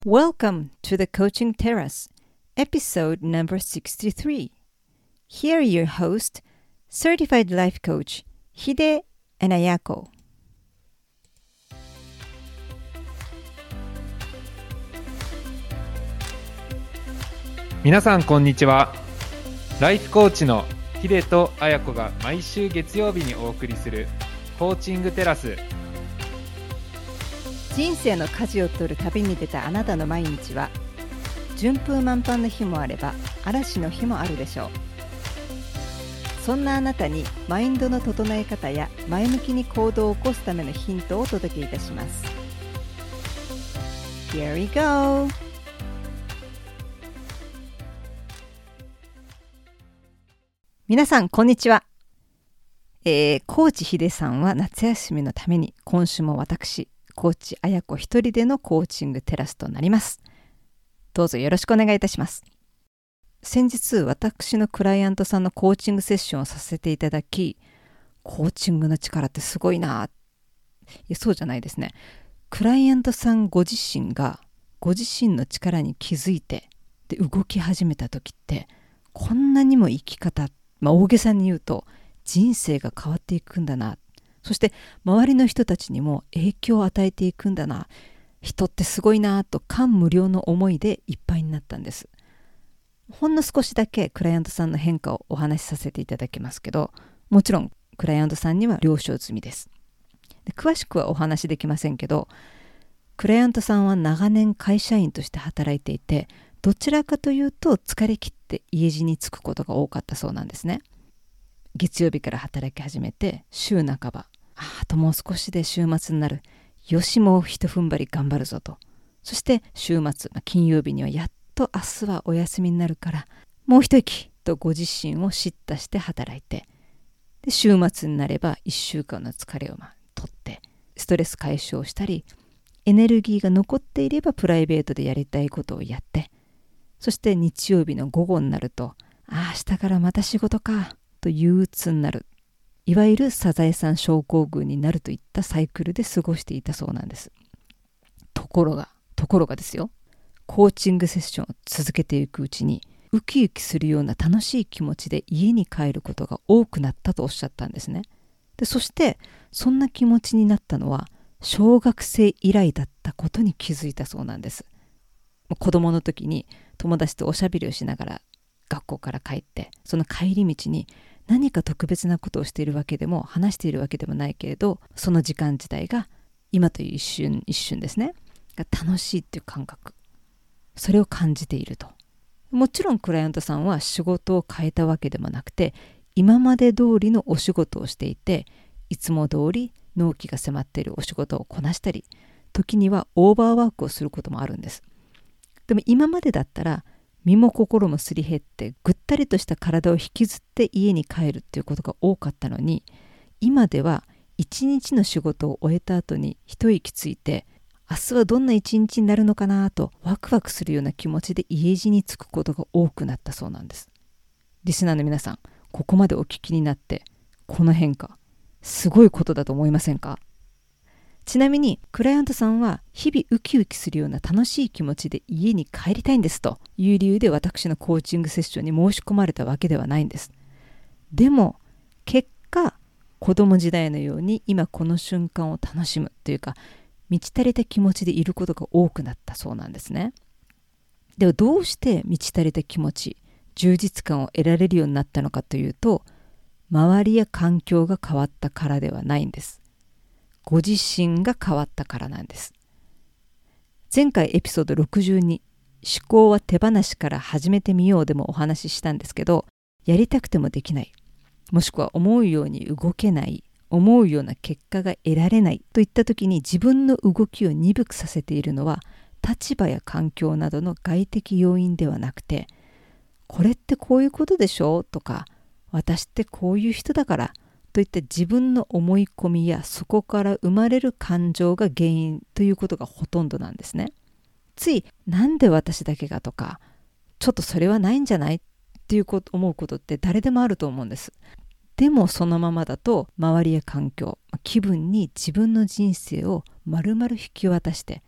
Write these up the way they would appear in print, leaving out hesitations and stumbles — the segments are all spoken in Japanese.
Welcome to the Coaching Terrace, episode number 63. Here are your host, Certified Life Coach, Hide Anayako. 皆さんこんにちは。ライフコーチのヒデとアヤコが毎週月曜日にお送りするコーチングテラス。 人生の舵を取る旅に出たあなたの毎日は順風満帆の日もあれば嵐の日もあるでしょう。そんなあなたにマインドの整え方や前向きに行動を起こすためのヒントをお届けいたします。 Here we go! 皆さんこんにちは。コーチヒデさんは夏休みのために今週も私コーチあやこ一人でのコーチングテラスとなります。どうぞよろしくお願いいたします。先日私のクライアントさんのコーチングセッションをさせていただき、コーチングの力ってすごいな。そうじゃないですね。クライアントさんご自身がご自身の力に気づいてで動き始めた時ってこんなにも生き方、大げさに言うと人生が変わっていくんだな。そして周りの人たちにも影響を与えていくんだな。人ってすごいなと感無量の思いでいっぱいになったんです。ほんの少しだけクライアントさんの変化をお話しさせていただきますけど、もちろんクライアントさんには了承済みです。詳しくはお話しできませんけど、クライアントさんは長年会社員として働いていて、どちらかというと疲れ切って家路に着くことが多かったそうなんですね。月曜日から働き始めて週半ば、あともう少しで週末になる。よしもう一踏ん張り頑張るぞと。そして週末、金曜日にはやっと明日はお休みになるからもう一息とご自身を叱咤して働いて、で週末になれば1週間の疲れを取ってストレス解消したり、エネルギーが残っていればプライベートでやりたいことをやって、そして日曜日の午後になると明日からまた仕事かと憂鬱になる。いわゆるサザエさん症候群になるといったサイクルで過ごしていたそうなんです。ところがですよ、コーチングセッションを続けていくうちにウキウキするような楽しい気持ちで家に帰ることが多くなったとおっしゃったんですね。でそしてそんな気持ちになったのは小学生以来だったことに気づいたそうなんです。子供の時に友達とおしゃべりをしながら学校から帰って、その帰り道に何か特別なことをしているわけでも話しているわけでもないけれど、その時間自体が今という一瞬ですねが楽しいっていう感覚、それを感じていると。もちろんクライアントさんは仕事を変えたわけでもなくて、今まで通りのお仕事をしていて、いつも通り納期が迫っているお仕事をこなしたり、時にはオーバーワークをすることもあるんです。でも今までだったら身も心もすり減ってぐったりとした体を引きずって家に帰るっていうことが多かったのに、今では一日の仕事を終えた後に一息ついて、明日はどんな一日になるのかなとワクワクするような気持ちで家路に着くことが多くなったそうなんです。リスナーの皆さん、ここまでお聞きになってこの変化すごいことだと思いませんか？ちなみにクライアントさんは日々ウキウキするような楽しい気持ちで家に帰りたいんですという理由で私のコーチングセッションに申し込まれたわけではないんです。でも結果、子供時代のように今この瞬間を楽しむというか、満ち足りた気持ちでいることが多くなったそうなんですね。ではどうして満ち足りた気持ち、充実感を得られるようになったのかというと、周りや環境が変わったからではないんです。ご自身が変わったからなんです。前回エピソード62、思考は手放しから始めてみようでもお話ししたんですけど、やりたくてもできない、もしくは思うように動けない、思うような結果が得られないといった時に自分の動きを鈍くさせているのは立場や環境などの外的要因ではなくて、これってこういうことでしょとか、私ってこういう人だからといった自分の思い込みやそこから生まれる感情が原因ということがほとんどなんですね。ついなんで私だけがとか、ちょっとそれはないんじゃないっていう思うことって誰でもあると思うんです。でもそのままだと周りや環境、気分に自分の人生を丸々引き渡して、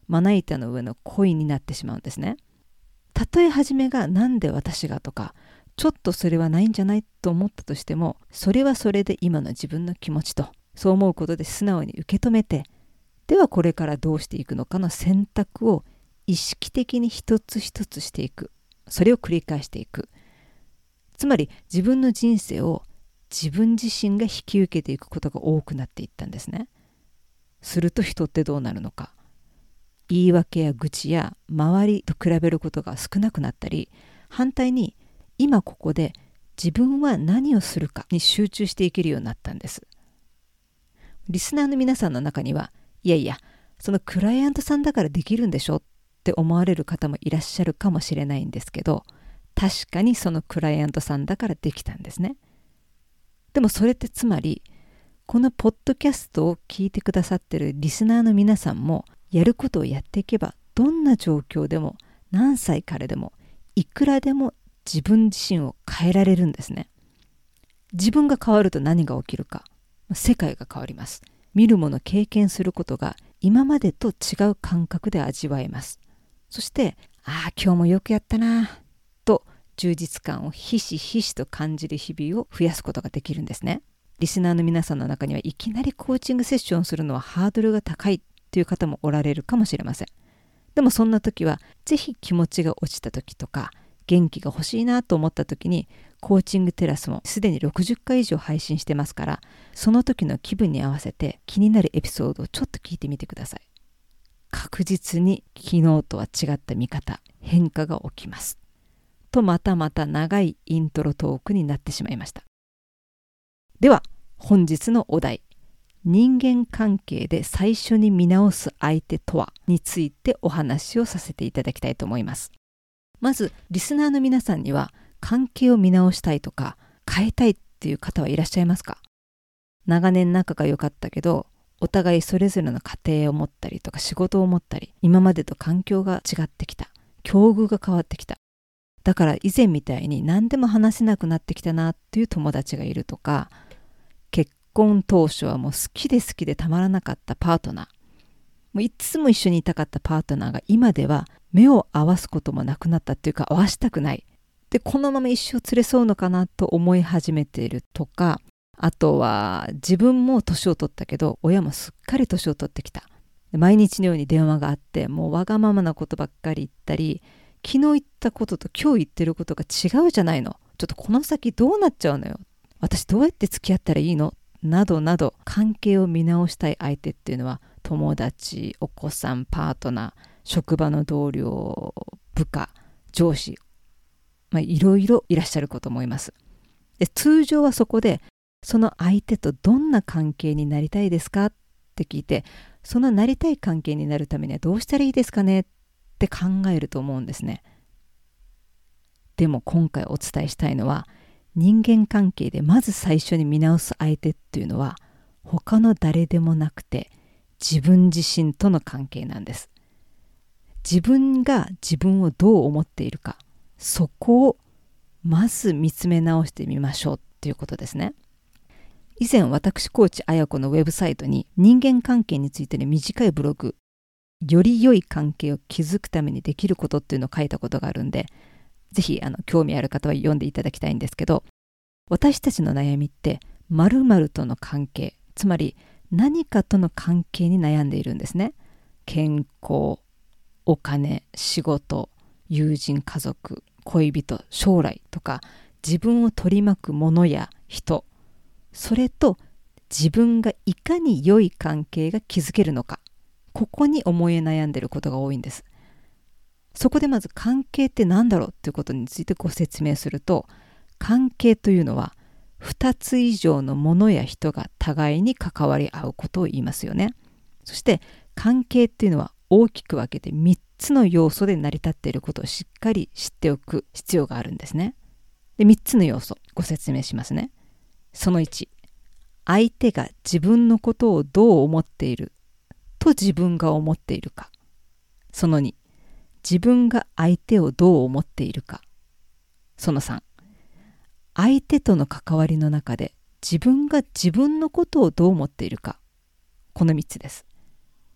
まな板の上の恋になってしまうんですね。たとえ初めがなんで私がとか、ちょっとそれはないんじゃないと思ったとしても、それはそれで今の自分の気持ちと、そう思うことで素直に受け止めて、ではこれからどうしていくのかの選択を意識的に一つ一つしていく。それを繰り返していく。つまり自分の人生を自分自身が引き受けていくことが多くなっていったんですね。すると人ってどうなるのか。言い訳や愚痴や周りと比べることが少なくなったり、反対に今ここで自分は何をするかに集中していけるようになったんです。リスナーの皆さんの中には、いやいや、そのクライアントさんだからできるんでしょって思われる方もいらっしゃるかもしれないんですけど、確かにそのクライアントさんだからできたんですね。でもそれってつまり、このポッドキャストを聞いてくださってるリスナーの皆さんも、やることをやっていけば、どんな状況でも何歳からでもいくらでも自分自身を変えられるんですね。自分が変わると何が起きるか。世界が変わります。見るもの経験することが今までと違う感覚で味わえます。そして、ああ今日もよくやったなと充実感をひしひしと感じる日々を増やすことができるんですね。リスナーの皆さんの中にはいきなりコーチングセッションをするのはハードルが高いという方もおられるかもしれません。でもそんな時はぜひ気持ちが落ちた時とか元気が欲しいなと思った時にコーチングテラスもすでに60回以上配信してますから、その時の気分に合わせて気になるエピソードをちょっと聞いてみてください。確実に昨日とは違った見方、変化が起きます。とまた長いイントロトークになってしまいました。では本日のお題、人間関係で最初に見直す相手とはについてお話をさせていただきたいと思います。まずリスナーの皆さんには関係を見直したいとか変えたいっていう方はいらっしゃいますか？長年仲が良かったけどお互いそれぞれの家庭を持ったりとか仕事を持ったり、今までと環境が違ってきた、境遇が変わってきた、だから以前みたいに何でも話せなくなってきたなっていう友達がいるとか、結婚当初はもう好きでたまらなかったパートナー、もういつも一緒にいたかったパートナーが今では目を合わすこともなくなったっていうか、合わしたくないで、このまま一生連れ添うのかなと思い始めているとか、あとは自分も年を取ったけど親もすっかり年を取ってきた、毎日のように電話があって、もうわがままなことばっかり言ったり、昨日言ったことと今日言ってることが違うじゃないの、ちょっとこの先どうなっちゃうのよ、私どうやって付き合ったらいいのなどなど、関係を見直したい相手っていうのは友達、お子さん、パートナー、職場の同僚、部下、上司、いろいろいらっしゃること思います。で、通常はそこでその相手とどんな関係になりたいですかって聞いて、そのなりたい関係になるためにはどうしたらいいですかねって考えると思うんですね。でも今回お伝えしたいのは、人間関係でまず最初に見直す相手っていうのは他の誰でもなくて自分自身との関係なんです。自分が自分をどう思っているか、そこをまず見つめ直してみましょうっていうことですね。以前私コーチあやこのウェブサイトに人間関係についての短いブログ、より良い関係を築くためにできることっていうのを書いたことがあるんで、ぜひ興味ある方は読んでいただきたいんですけど、私たちの悩みって〇〇との関係、つまり何かとの関係に悩んでいるんですね。健康、お金、仕事、友人、家族、恋人、将来とか、自分を取り巻くものや人、それと自分がいかに良い関係が築けるのか、ここに思い悩んでいることが多いんです。そこでまず関係って何だろうということについてご説明すると、関係というのは2つ以上のものや人が互いに関わり合うことを言いますよね。そして関係っていうのは大きく分けて3つの要素で成り立っていることをしっかり知っておく必要があるんですね。で、3つの要素ご説明しますね。その1、相手が自分のことをどう思っていると自分が思っているか。その2、自分が相手をどう思っているか。その3、相手との関わりの中で自分が自分のことをどう思っているか。この3つです。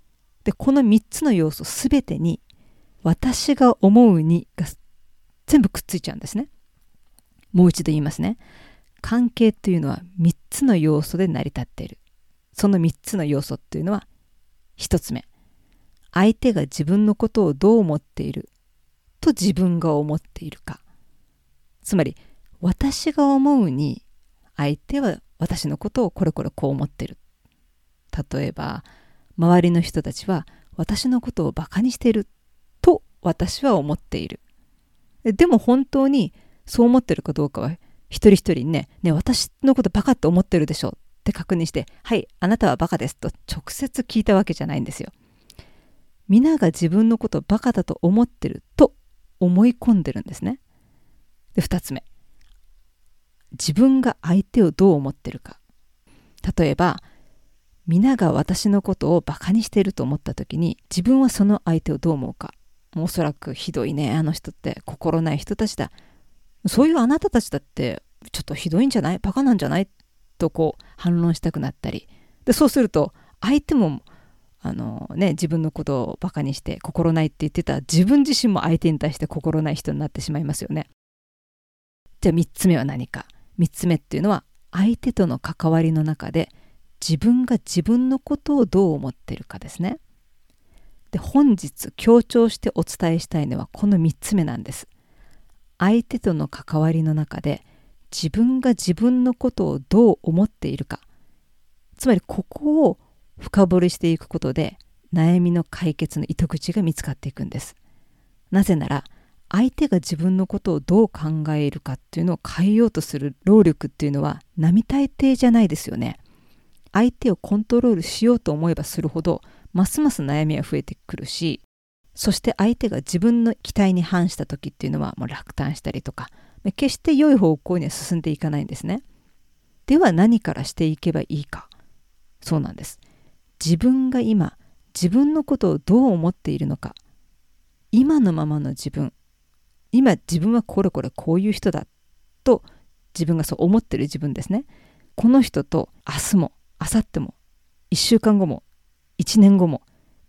で、この3つの要素すべてに私が思うにが全部くっついちゃうんですね。もう一度言いますね。関係というのは3つの要素で成り立っている。その3つの要素というのは、1つ目、相手が自分のことをどう思っていると自分が思っているか。つまり私が思うに相手は私のことをこれこう思っている。例えば周りの人たちは私のことをバカにしていると私は思っている。でも本当にそう思ってるかどうかは一人一人にね私のことバカって思ってるでしょって確認して、はい、あなたはバカですと直接聞いたわけじゃないんですよ。皆が自分のことをバカだと思ってると思い込んでるんですね。で、2つ目、自分が相手をどう思ってるか。例えば皆が私のことをバカにしていると思った時に、自分はその相手をどう思うか。おそらくひどいね、あの人って心ない人たちだ、そういうあなたたちだってちょっとひどいんじゃない、バカなんじゃないと反論したくなったりで、そうすると相手も自分のことをバカにして心ないって言ってた自分自身も相手に対して心ない人になってしまいますよね。じゃあ3つ目は何か。3つ目っていうのは、相手との関わりの中で自分が自分のことをどう思っているかですね。で、本日強調してお伝えしたいのはこの3つ目なんです。相手との関わりの中で自分が自分のことをどう思っているか。つまりここを深掘りしていくことで悩みの解決の糸口が見つかっていくんです。なぜなら相手が自分のことをどう考えるかっていうのを変えようとする労力っていうのは並大抵じゃないですよね。相手をコントロールしようと思えばするほどますます悩みは増えてくるし、そして相手が自分の期待に反した時っていうのはもう落胆したりとか、決して良い方向には進んでいかないんですね。では何からしていけばいいか。そうなんです。自分が今自分のことをどう思っているのか。今のままの自分、今自分はこういう人だと自分がそう思ってる自分ですね。この人と明日も明後日も1週間後も1年後も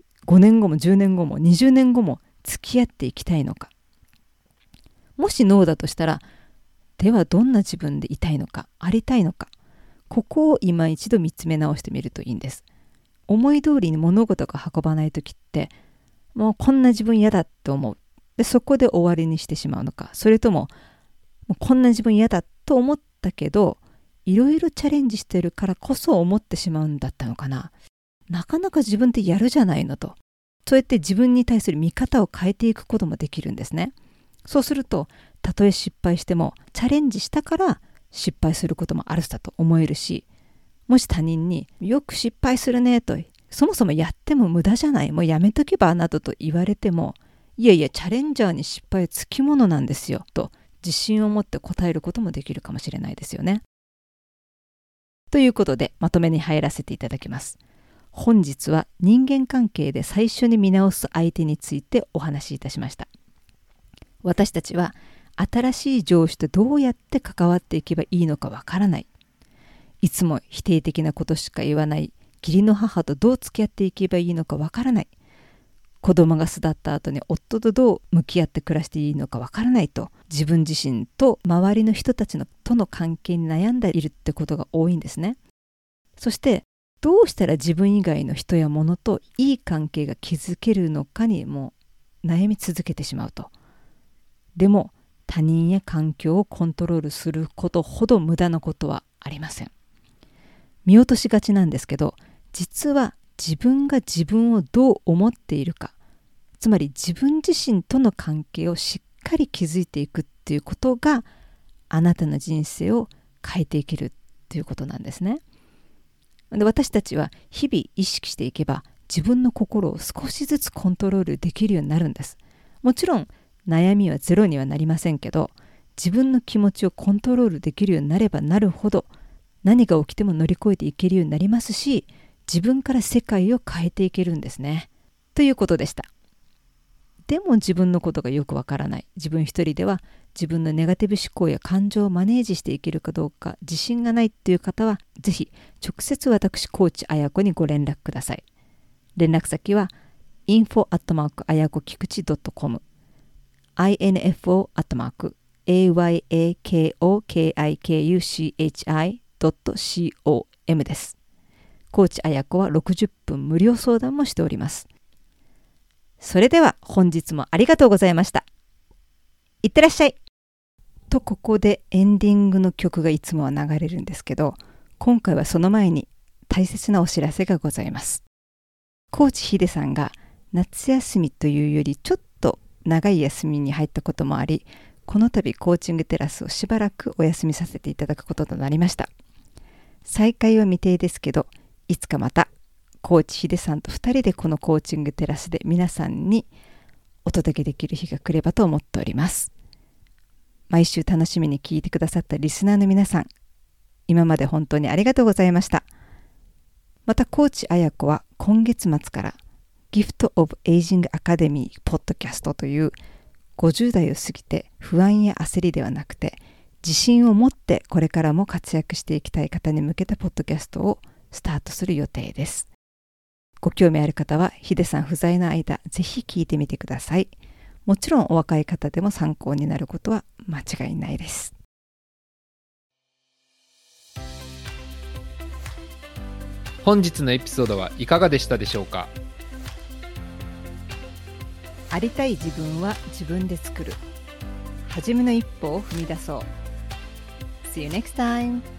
5年後も10年後も20年後も付き合っていきたいのか。もしノーだとしたら、ではどんな自分でいたいのか、ありたいのか。ここを今一度見つめ直してみるといいんです。思い通りに物事が運ばないときって、もうこんな自分嫌だって思う。で、そこで終わりにしてしまうのか。それとも、もうこんな自分嫌だと思ったけど、いろいろチャレンジしてるからこそ思ってしまうんだったのかな。なかなか自分ってやるじゃないのと。そうやって自分に対する見方を変えていくこともできるんですね。そうすると、たとえ失敗しても、チャレンジしたから失敗することもあるさと思えるし、もし他人によく失敗するねと、そもそもやっても無駄じゃない、もうやめとけばなどと言われても、いやいやチャレンジャーに失敗はつきものなんですよと自信を持って答えることもできるかもしれないですよね。ということでまとめに入らせていただきます。本日は人間関係で最初に見直す相手についてお話しいたしました。私たちは新しい上司とどうやって関わっていけばいいのかわからない。いつも否定的なことしか言わない義理の母とどう付き合っていけばいいのかわからない。子供が巣立った後に夫とどう向き合って暮らしていいのかわからないと、自分自身と周りの人たちとの関係に悩んでいるってことが多いんですね。そしてどうしたら自分以外の人や物といい関係が築けるのかにも悩み続けてしまうと。でも他人や環境をコントロールすることほど無駄なことはありません。見落としがちなんですけど、実は自分が自分をどう思っているか、つまり自分自身との関係をしっかり築いていくっていうことがあなたの人生を変えていけるっていうことなんですね。で、私たちは日々意識していけば自分の心を少しずつコントロールできるようになるんです。もちろん悩みはゼロにはなりませんけど、自分の気持ちをコントロールできるようになればなるほど何が起きても乗り越えていけるようになりますし、自分から世界を変えていけるんですね。ということでした。でも自分のことがよくわからない。自分一人では自分のネガティブ思考や感情をマネージしていけるかどうか自信がないっていう方は、ぜひ直接私コーチあやこにご連絡ください。連絡先は info@ayakokikuchi.com info@ayakokikuchi.com です。コーチあやこは60分無料相談もしております。それでは本日もありがとうございました。いってらっしゃい。とここでエンディングの曲がいつもは流れるんですけど、今回はその前に大切なお知らせがございます。コーチヒデさんが夏休みというよりちょっと長い休みに入ったこともあり、この度コーチングテラスをしばらくお休みさせていただくこととなりました。再開は未定ですけど、いつかまたコーチヒデさんと2人でこのコーチングテラスで皆さんにお届けできる日が来ればと思っております。毎週楽しみに聞いてくださったリスナーの皆さん、今まで本当にありがとうございました。またコーチあやこは今月末からギフトオブエイジングアカデミーポッドキャストという50代を過ぎて不安や焦りではなくて自信を持ってこれからも活躍していきたい方に向けたポッドキャストをスタートする予定です。ご興味ある方はヒデさん不在の間ぜひ聞いてみてください。もちろんお若い方でも参考になることは間違いないです。 本日のエピソードはいかがでしたでしょうか。 ありたい自分は自分で作る。初めの一歩を踏み出そう。See you next time!